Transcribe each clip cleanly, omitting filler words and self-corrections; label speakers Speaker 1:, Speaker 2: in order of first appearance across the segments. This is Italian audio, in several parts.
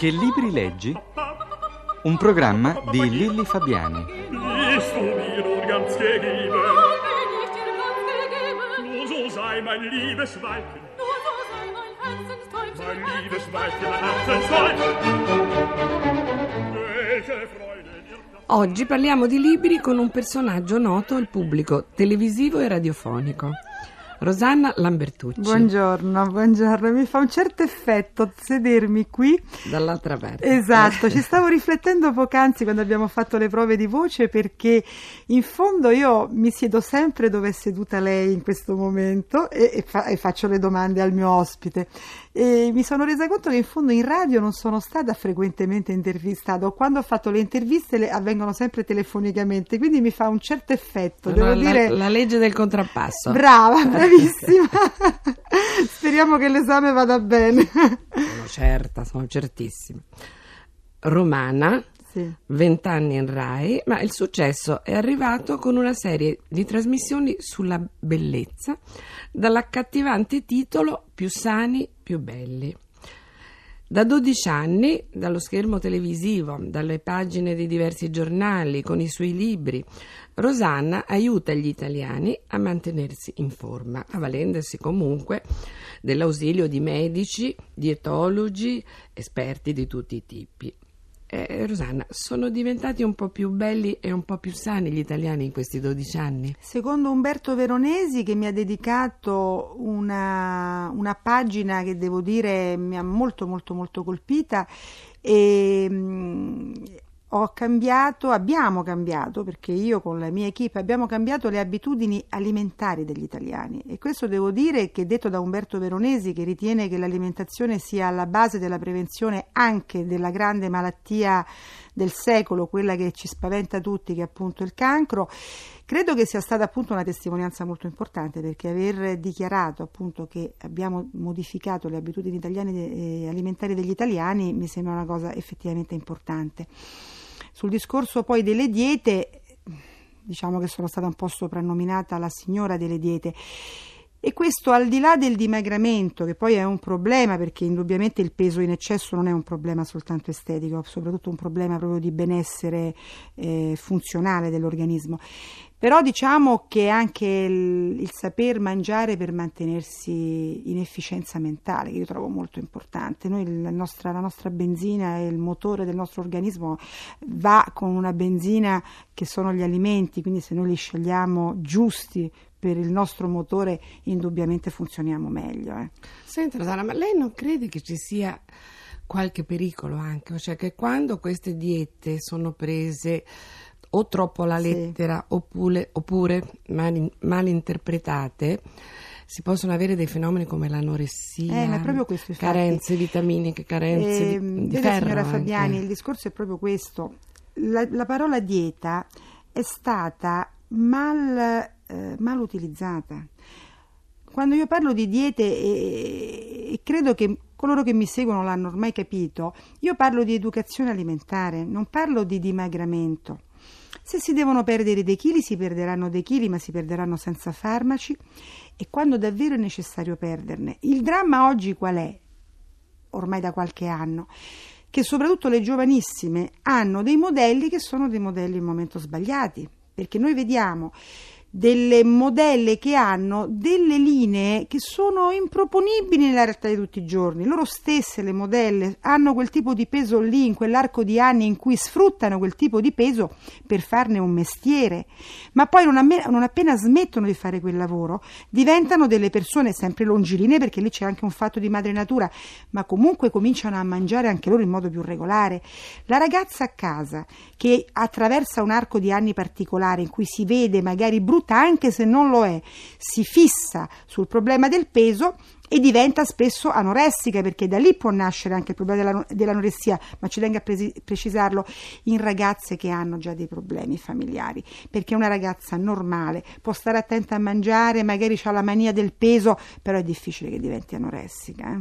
Speaker 1: Che libri leggi? Un programma di Lilli Fabiani.
Speaker 2: Liest du mir nur ganz gegeben? Nur so sei mein liebes Weibchen.
Speaker 3: Nur so sei mein Herzenstäubchen.
Speaker 2: Mein liebes Weibchen, mein Herzenstäubchen. Welche Freude dir das...
Speaker 4: Oggi parliamo di libri con un personaggio noto al pubblico televisivo e radiofonico. Rosanna Lambertucci.
Speaker 5: Buongiorno, mi fa un certo effetto sedermi qui
Speaker 4: Dall'altra parte.
Speaker 5: Esatto, ci stavo riflettendo poc'anzi quando abbiamo fatto le prove di voce, perché in fondo io mi siedo sempre dove è seduta lei in questo momento e faccio le domande al mio ospite, e mi sono resa conto che in fondo in radio non sono stata frequentemente intervistata, o quando ho fatto le interviste avvengono sempre telefonicamente, quindi mi fa un certo effetto.
Speaker 4: Allora,
Speaker 5: devo dire
Speaker 4: la legge del contrappasso.
Speaker 5: Brava, bravissima. Speriamo che l'esame vada bene.
Speaker 4: Sono certissima. Romana,
Speaker 5: Sì.
Speaker 4: 20 anni in Rai, ma il successo è arrivato con una serie di trasmissioni sulla bellezza dall'accattivante titolo Più sani, più belli. Da 12 anni, dallo schermo televisivo, dalle pagine di diversi giornali, con i suoi libri, Rosanna aiuta gli italiani a mantenersi in forma, avvalendosi comunque dell'ausilio di medici, dietologi, esperti di tutti i tipi. Rosanna, sono diventati un po' più belli e un po' più sani gli italiani in questi 12 anni?
Speaker 5: Secondo Umberto Veronesi, che mi ha dedicato una pagina che devo dire mi ha molto colpita, abbiamo cambiato, perché io con la mia equipe abbiamo cambiato le abitudini alimentari degli italiani, e questo devo dire che, detto da Umberto Veronesi, che ritiene che l'alimentazione sia alla base della prevenzione anche della grande malattia del secolo, quella che ci spaventa tutti, che è appunto il cancro, credo che sia stata appunto una testimonianza molto importante, perché aver dichiarato appunto che abbiamo modificato le abitudini alimentari degli italiani mi sembra una cosa effettivamente importante. Sul discorso poi delle diete, diciamo che sono stata un po' soprannominata la signora delle diete, e questo al di là del dimagramento, che poi è un problema, perché indubbiamente il peso in eccesso non è un problema soltanto estetico, è soprattutto un problema proprio di benessere funzionale dell'organismo. Però diciamo che anche il saper mangiare per mantenersi in efficienza mentale, che io trovo molto importante. Noi la nostra benzina e il motore del nostro organismo va con una benzina che sono gli alimenti, quindi se noi li scegliamo giusti per il nostro motore indubbiamente funzioniamo meglio.
Speaker 4: Senta Rosanna, ma lei non crede che ci sia qualche pericolo anche? Cioè che quando queste diete sono prese o troppo alla lettera, sì, oppure mal interpretate, si possono avere dei fenomeni come l'anoressia,
Speaker 5: ma è proprio questo, infatti,
Speaker 4: carenze vitaminiche, carenze di ferro.
Speaker 5: Signora Fabiani,
Speaker 4: anche.
Speaker 5: Il discorso è proprio questo. La parola dieta è stata mal utilizzata. Quando io parlo di diete, e credo che coloro che mi seguono l'hanno ormai capito, io parlo di educazione alimentare, non parlo di dimagramento. Se si devono perdere dei chili, si perderanno dei chili, ma si perderanno senza farmaci, e quando davvero è necessario perderne. Il dramma oggi qual è? Ormai da qualche anno, che soprattutto le giovanissime hanno dei modelli che sono dei modelli al momento sbagliati, perché noi vediamo delle modelle che hanno delle linee che sono improponibili nella realtà di tutti i giorni. Loro stesse, le modelle, hanno quel tipo di peso lì, in quell'arco di anni in cui sfruttano quel tipo di peso per farne un mestiere, ma poi non appena smettono di fare quel lavoro diventano delle persone sempre longilinee, perché lì c'è anche un fatto di madre natura, ma comunque cominciano a mangiare anche loro in modo più regolare. La ragazza a casa che attraversa un arco di anni particolare in cui si vede magari brutta, anche se non lo è, si fissa sul problema del peso e diventa spesso anoressica, perché da lì può nascere anche il problema dell'anoressia, ma ci tengo a precisarlo, in ragazze che hanno già dei problemi familiari, perché una ragazza normale può stare attenta a mangiare, magari ha la mania del peso, però è difficile che diventi anoressica.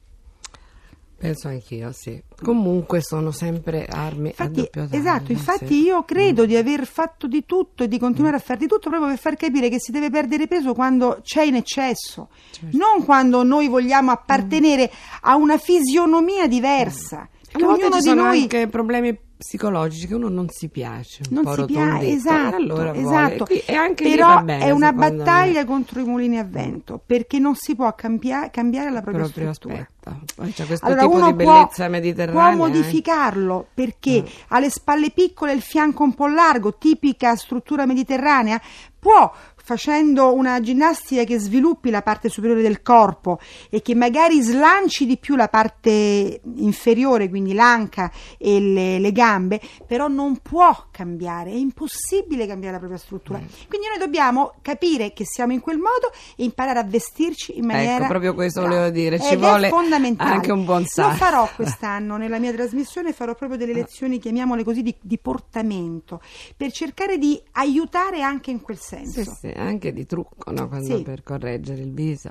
Speaker 4: Penso anch'io, sì. Comunque sono sempre armi a doppio taglio.
Speaker 5: Esatto, infatti
Speaker 4: sì.
Speaker 5: Io credo di aver fatto di tutto e di continuare a fare di tutto proprio per far capire che si deve perdere peso quando c'è in eccesso, non quando noi vogliamo appartenere a una fisionomia diversa.
Speaker 4: A volte
Speaker 5: ognuno
Speaker 4: ci
Speaker 5: di
Speaker 4: sono
Speaker 5: noi
Speaker 4: anche problemi psicologici, che uno non si piace, un
Speaker 5: non
Speaker 4: po'
Speaker 5: si piace,
Speaker 4: rotondetto,
Speaker 5: esatto,
Speaker 4: e allora vuole.
Speaker 5: esatto.
Speaker 4: E anche lì
Speaker 5: Però
Speaker 4: va bene,
Speaker 5: è una
Speaker 4: secondo
Speaker 5: battaglia
Speaker 4: me.
Speaker 5: contro i mulini a vento, perché non si può cambiare la propria struttura.
Speaker 4: Aspetta. Poi c'è questo
Speaker 5: Allora,
Speaker 4: tipo
Speaker 5: uno
Speaker 4: di bellezza mediterranea.
Speaker 5: può modificarlo perché ha le spalle piccole e il fianco un po' largo, tipica struttura mediterranea. Può, facendo una ginnastica che sviluppi la parte superiore del corpo e che magari slanci di più la parte inferiore, quindi l'anca e le gambe, però non può cambiare, è impossibile cambiare la propria struttura. Quindi noi dobbiamo capire che siamo in quel modo e imparare a vestirci in maniera
Speaker 4: Ecco, proprio questo
Speaker 5: brava.
Speaker 4: volevo dire, ci
Speaker 5: Ed
Speaker 4: vuole
Speaker 5: è fondamentale.
Speaker 4: anche un buon
Speaker 5: Lo
Speaker 4: sarto.
Speaker 5: farò quest'anno nella mia trasmissione, farò proprio delle lezioni, chiamiamole così, di portamento, per cercare di aiutare anche in quel senso.
Speaker 4: Sì, anche di trucco, no? Quando
Speaker 5: Sì.
Speaker 4: per correggere il viso.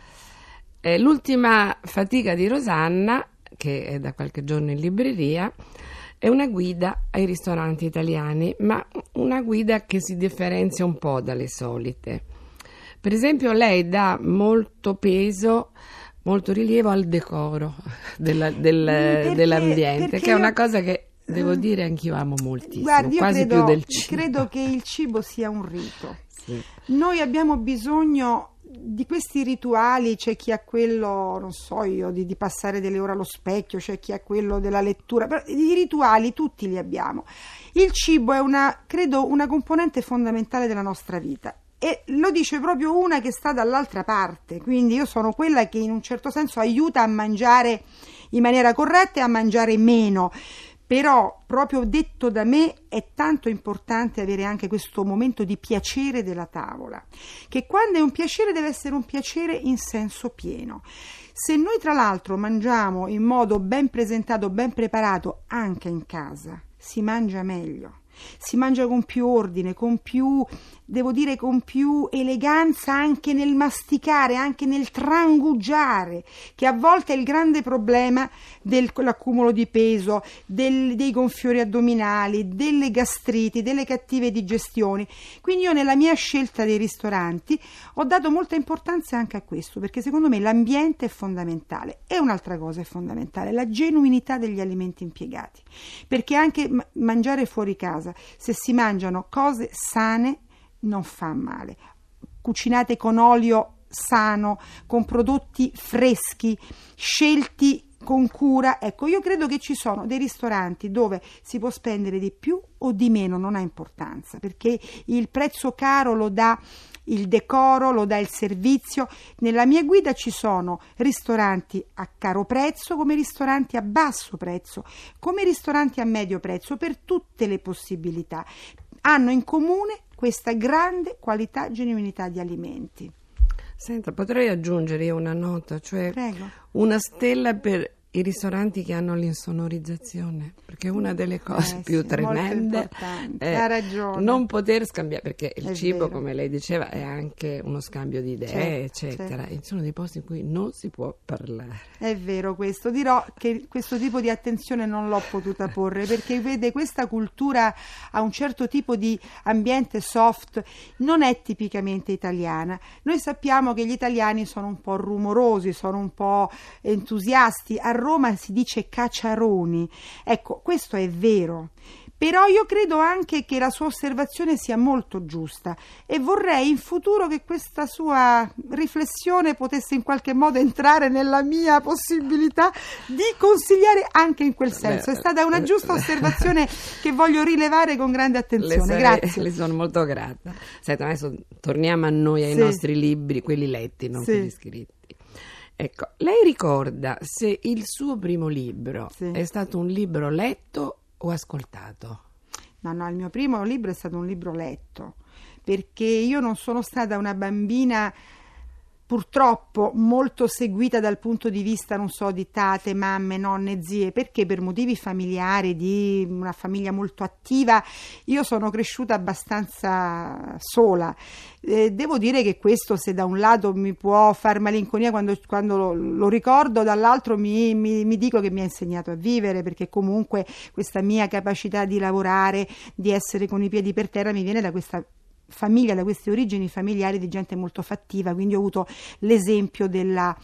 Speaker 4: L'ultima fatica di Rosanna, che è da qualche giorno in libreria, è una guida ai ristoranti italiani, ma una guida che si differenzia un po' dalle solite. Per esempio, lei dà molto peso, molto rilievo al decoro dell'ambiente,
Speaker 5: perché
Speaker 4: che è una
Speaker 5: io-
Speaker 4: cosa che devo dire anch'io amo moltissimo,
Speaker 5: Guardi, io
Speaker 4: quasi più del cibo.
Speaker 5: credo che il cibo sia un rito.
Speaker 4: Sì.
Speaker 5: Noi abbiamo bisogno di questi rituali, c'è chi ha quello, non so io, di passare delle ore allo specchio, c'è chi ha quello della lettura, però i rituali tutti li abbiamo. Il cibo è credo una componente fondamentale della nostra vita. E lo dice proprio una che sta dall'altra parte, quindi io sono quella che in un certo senso aiuta a mangiare in maniera corretta e a mangiare meno. Però, proprio detto da me, è tanto importante avere anche questo momento di piacere della tavola, che quando è un piacere deve essere un piacere in senso pieno. Se noi tra l'altro mangiamo in modo ben presentato, ben preparato, anche in casa, si mangia meglio. Si mangia con più ordine, con più eleganza anche nel masticare, anche nel trangugiare, che a volte è il grande problema dell'accumulo di peso, dei gonfiori addominali, delle gastriti, delle cattive digestioni. Quindi io nella mia scelta dei ristoranti ho dato molta importanza anche a questo, perché secondo me l'ambiente è fondamentale. E un'altra cosa è fondamentale, la genuinità degli alimenti impiegati, perché anche mangiare fuori casa, se si mangiano cose sane, non fa male, cucinate con olio sano, con prodotti freschi, scelti con cura. Ecco, io credo che ci sono dei ristoranti dove si può spendere di più o di meno, non ha importanza, perché il prezzo caro lo dà il decoro, lo dà il servizio. Nella mia guida ci sono ristoranti a caro prezzo, come ristoranti a basso prezzo, come ristoranti a medio prezzo, per tutte le possibilità. Hanno in comune questa grande qualità, genuinità di alimenti.
Speaker 4: Senta, potrei aggiungere io una nota, cioè
Speaker 5: Prego.
Speaker 4: una stella per i ristoranti che hanno l'insonorizzazione, perché una delle cose più
Speaker 5: sì,
Speaker 4: tremende
Speaker 5: molto importante.
Speaker 4: è
Speaker 5: Ha ragione.
Speaker 4: non poter scambiare, perché il
Speaker 5: È
Speaker 4: cibo,
Speaker 5: vero.
Speaker 4: come lei diceva, è anche uno scambio di idee,
Speaker 5: Certo,
Speaker 4: eccetera.
Speaker 5: certo.
Speaker 4: E ci sono dei posti in cui non si può parlare.
Speaker 5: È vero questo, dirò che questo tipo di attenzione non l'ho potuta porre, perché vede, questa cultura a un certo tipo di ambiente soft non è tipicamente italiana. Noi sappiamo che gli italiani sono un po' rumorosi, sono un po' entusiasti, a Roma si dice cacciaroni. Ecco, questo è vero. Però io credo anche che la sua osservazione sia molto giusta e vorrei in futuro che questa sua riflessione potesse in qualche modo entrare nella mia possibilità di consigliare anche in quel senso. È stata una giusta osservazione che voglio rilevare con grande attenzione. Grazie.
Speaker 4: Le sono molto grata. Senta, adesso torniamo a noi, ai
Speaker 5: Sì.
Speaker 4: nostri libri, quelli letti, non
Speaker 5: Sì.
Speaker 4: quelli scritti. Ecco, lei ricorda se il suo primo libro
Speaker 5: Sì.
Speaker 4: è stato un libro letto o ascoltato?
Speaker 5: No, il mio primo libro è stato un libro letto, perché io non sono stata una bambina purtroppo molto seguita dal punto di vista, non so, di tate, mamme, nonne, zie, perché per motivi familiari, di una famiglia molto attiva, io sono cresciuta abbastanza sola. Devo dire che questo, se da un lato mi può far malinconia quando lo ricordo, dall'altro mi dico che mi ha insegnato a vivere, perché comunque questa mia capacità di lavorare, di essere con i piedi per terra, mi viene da questa famiglia, da queste origini familiari di gente molto fattiva, quindi ho avuto l'esempio della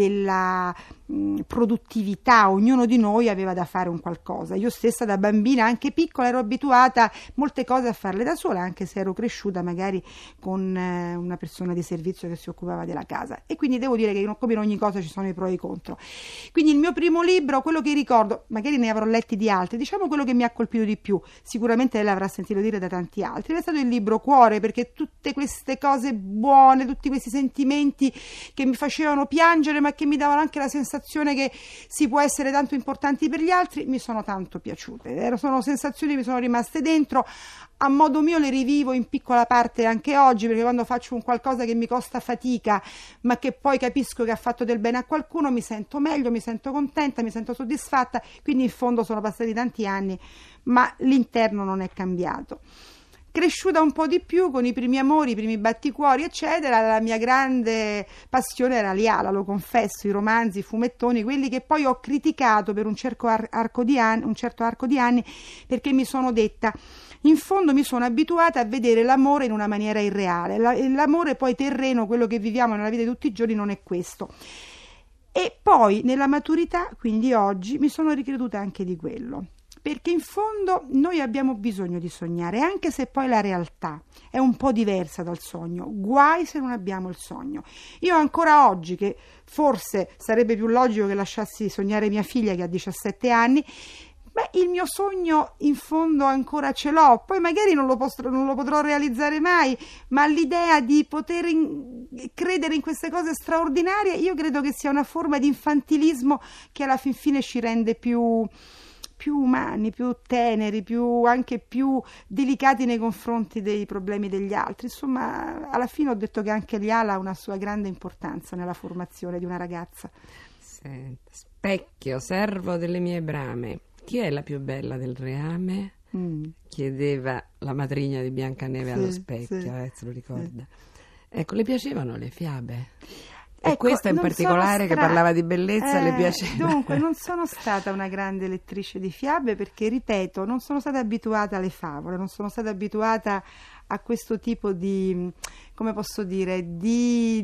Speaker 5: produttività. Ognuno di noi aveva da fare un qualcosa. Io stessa da bambina, anche piccola, ero abituata molte cose a farle da sola, anche se ero cresciuta magari con una persona di servizio che si occupava della casa, e quindi devo dire che come in ogni cosa ci sono i pro e i contro. Quindi il mio primo libro, quello che ricordo, magari ne avrò letti di altri, diciamo quello che mi ha colpito di più, sicuramente lei l'avrà sentito dire da tanti altri, è stato il libro Cuore, perché tutte queste cose buone, tutti questi sentimenti che mi facevano piangere ma che mi davano anche la sensazione che si può essere tanto importanti per gli altri, mi sono tanto piaciute. Sono sensazioni che mi sono rimaste dentro, a modo mio le rivivo in piccola parte anche oggi, perché quando faccio un qualcosa che mi costa fatica ma che poi capisco che ha fatto del bene a qualcuno, mi sento meglio, mi sento contenta, mi sento soddisfatta. Quindi in fondo sono passati tanti anni ma l'interno non è cambiato. Cresciuta un po' di più con i primi amori, i primi batticuori eccetera, la mia grande passione era Liala, lo confesso, i romanzi, i fumettoni, quelli che poi ho criticato per un certo arco di anni, perché mi sono detta: in fondo mi sono abituata a vedere l'amore in una maniera irreale. L'amore poi terreno, quello che viviamo nella vita di tutti i giorni, non è questo. E poi nella maturità, quindi oggi, mi sono ricreduta anche di quello, perché in fondo noi abbiamo bisogno di sognare, anche se poi la realtà è un po' diversa dal sogno. Guai se non abbiamo il sogno. Io ancora oggi, che forse sarebbe più logico che lasciassi sognare mia figlia che ha 17 anni, il mio sogno in fondo ancora ce l'ho, poi magari non lo potrò realizzare mai, ma l'idea di poter credere in queste cose straordinarie, io credo che sia una forma di infantilismo che alla fin fine ci rende più umani, più teneri, anche più delicati nei confronti dei problemi degli altri. Insomma, alla fine ho detto che anche Liala ha una sua grande importanza nella formazione di una ragazza.
Speaker 4: Senta, specchio, servo delle mie brame, chi è la più bella del reame? Chiedeva la madrigna di Biancaneve allo specchio, se lo ricorda. Ecco, le piacevano le fiabe? E questa in particolare, che parlava di bellezza, le piaceva?
Speaker 5: Dunque, non sono stata una grande lettrice di fiabe perché, ripeto, non sono stata abituata alle favole, non sono stata abituata a questo tipo di, come posso dire, di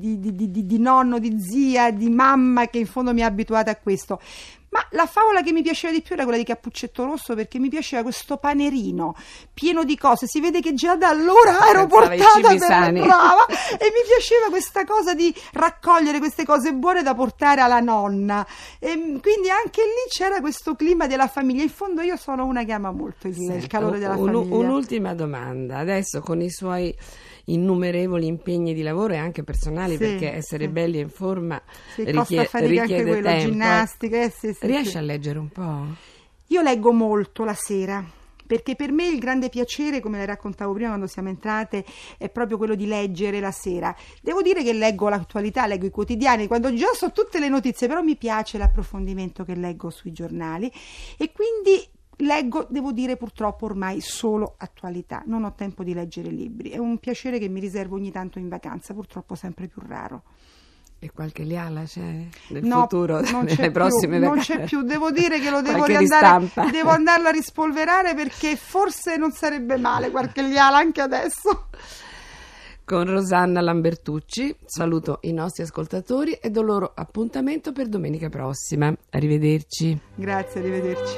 Speaker 5: nonno, di zia, di mamma, che in fondo mi ha abituata a questo. Ma la favola che mi piaceva di più era quella di Cappuccetto Rosso, perché mi piaceva questo panerino pieno di cose. Si vede che già da allora ero portata per brava, e mi piaceva questa cosa di raccogliere queste cose buone da portare alla nonna, e quindi anche lì c'era questo clima della famiglia. In fondo io sono una che ama molto il calore della famiglia.
Speaker 4: Un'ultima domanda, adesso con i suoi innumerevoli impegni di lavoro e anche personali, perché essere belli e in forma richiede
Speaker 5: anche quello,
Speaker 4: tempo.
Speaker 5: Ginnastica.
Speaker 4: Riesce a leggere un po'?
Speaker 5: Io leggo molto la sera, perché per me il grande piacere, come le raccontavo prima quando siamo entrate, è proprio quello di leggere la sera. Devo dire che leggo l'attualità, leggo i quotidiani, quando già so tutte le notizie, però mi piace l'approfondimento che leggo sui giornali, e quindi leggo, devo dire, purtroppo ormai solo attualità. Non ho tempo di leggere libri. È un piacere che mi riservo ogni tanto in vacanza, purtroppo sempre più raro.
Speaker 4: E qualche Liala c'è nel futuro, nelle prossime
Speaker 5: vacanze? Non c'è più, devo dire che lo devo andarla a rispolverare, perché forse non sarebbe male qualche Liala anche adesso.
Speaker 4: Con Rosanna Lambertucci saluto i nostri ascoltatori e do loro appuntamento per domenica prossima. Arrivederci.
Speaker 5: Grazie, arrivederci.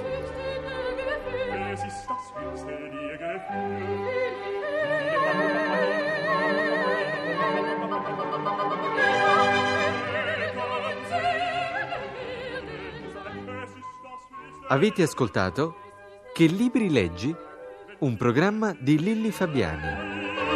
Speaker 1: Avete ascoltato Che libri leggi? Un programma di Lilli Fabiani.